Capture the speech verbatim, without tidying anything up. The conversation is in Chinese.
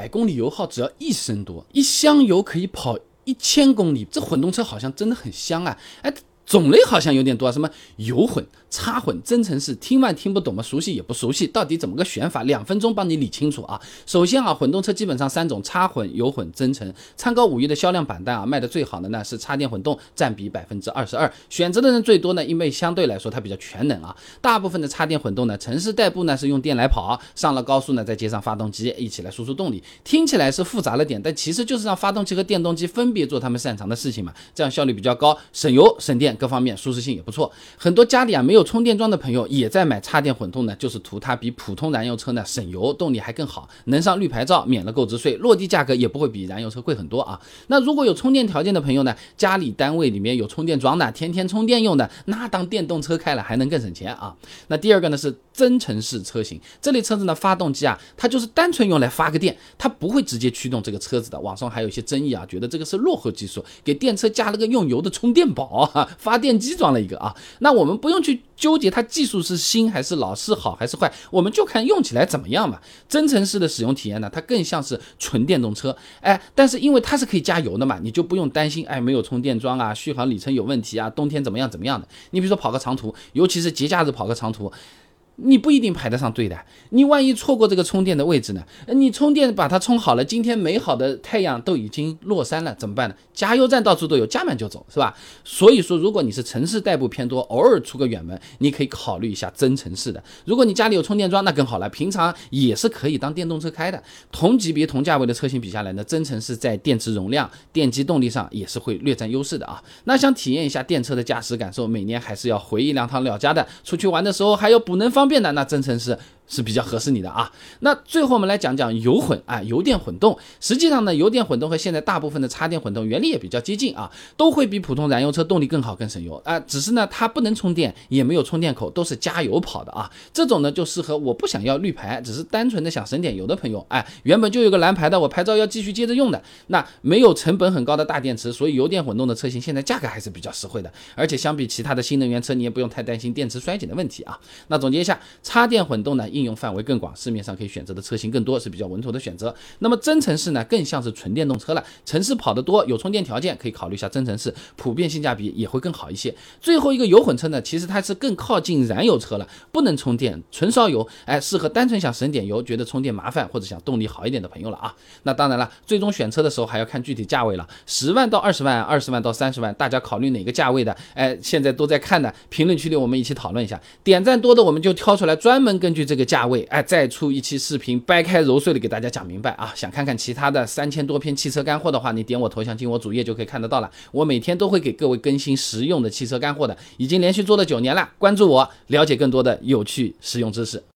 百公里油耗只要一升多，一箱油可以跑一千公里，这混动车好像真的很香啊！哎，种类好像有点多，什么油混、插混、增程式，听完听不懂吗？熟悉也不熟悉，到底怎么个选法？两分钟帮你理清楚啊！首先啊，混动车基本上三种：插混、油混、增程。参考五月的销量榜单啊，卖的最好的呢是插电混动，占比百分之二十二，选择的人最多呢，因为相对来说它比较全能啊。大部分的插电混动呢，城市代步呢是用电来跑，上了高速呢再接上发动机一起来输出动力。听起来是复杂了点，但其实就是让发动机和电动机分别做他们擅长的事情嘛，这样效率比较高，省油省电。各方面舒适性也不错，很多家里啊没有充电桩的朋友也在买插电混动呢，就是图它比普通燃油车呢省油，动力还更好，能上绿牌照，免了购置税，落地价格也不会比燃油车贵很多啊。那如果有充电条件的朋友呢，家里单位里面有充电桩的，天天充电用的，那当电动车开了还能更省钱啊。那第二个呢是增程式车型，这类车子呢发动机啊，它就是单纯用来发个电，它不会直接驱动这个车子的。网上还有一些争议啊，觉得这个是落后技术，给电车加了个用油的充电宝啊，发电机装了一个啊。那我们不用去纠结它技术是新还是老，是好还是坏，我们就看用起来怎么样嘛。增程式的使用体验呢，它更像是纯电动车，哎，但是因为它是可以加油的嘛，你就不用担心哎没有充电桩啊，续航里程有问题啊，冬天怎么样怎么样的。你比如说跑个长途，尤其是节假日跑个长途，你不一定排得上队的，你万一错过这个充电的位置呢？你充电把它充好了，今天美好的太阳都已经落山了，怎么办呢？加油站到处都有，加满就走，是吧？所以说，如果你是城市代步偏多，偶尔出个远门，你可以考虑一下增程式的。如果你家里有充电桩，那更好了，平常也是可以当电动车开的。同级别同价位的车型比下来呢，增程式在电池容量、电机动力上也是会略占优势的啊。那想体验一下电车的驾驶感受，每年还是要回一两趟老家的，出去玩的时候还有补能方便的，那增程式是比较合适你的啊。那最后我们来讲讲油混啊，油电混动。实际上呢，油电混动和现在大部分的插电混动原理也比较接近啊，都会比普通燃油车动力更好更省油啊。只是呢，它不能充电，也没有充电口，都是加油跑的啊。这种呢就适合我不想要绿牌，只是单纯的想省点油的朋友。哎，原本就有个蓝牌的，我牌照要继续接着用的，那没有成本很高的大电池，所以油电混动的车型现在价格还是比较实惠的，而且相比其他的新能源车，你也不用太担心电池衰减的问题啊。那总结一下，插电混动呢应用范围更广，市面上可以选择的车型更多，是比较稳妥的选择。那么增程式呢更像是纯电动车了，城市跑得多，有充电条件可以考虑一下增程式，普遍性价比也会更好一些。最后一个油混车呢，其实它是更靠近燃油车了，不能充电，纯烧油，哎，适合单纯想省点油，觉得充电麻烦或者想动力好一点的朋友了啊。那当然了，最终选车的时候还要看具体价位了，十万到二十万，二十万到三十万，大家考虑哪个价位的？哎，现在都在看的，评论区里我们一起讨论一下，点赞多的我们就挑出来，专门根据这个价位，哎，再出一期视频，掰开揉碎的给大家讲明白啊。想看看其他的三千多篇汽车干货的话，你点我头像进我主页就可以看得到了。我每天都会给各位更新实用的汽车干货的，已经连续做了九年了，关注我，了解更多的有趣实用知识。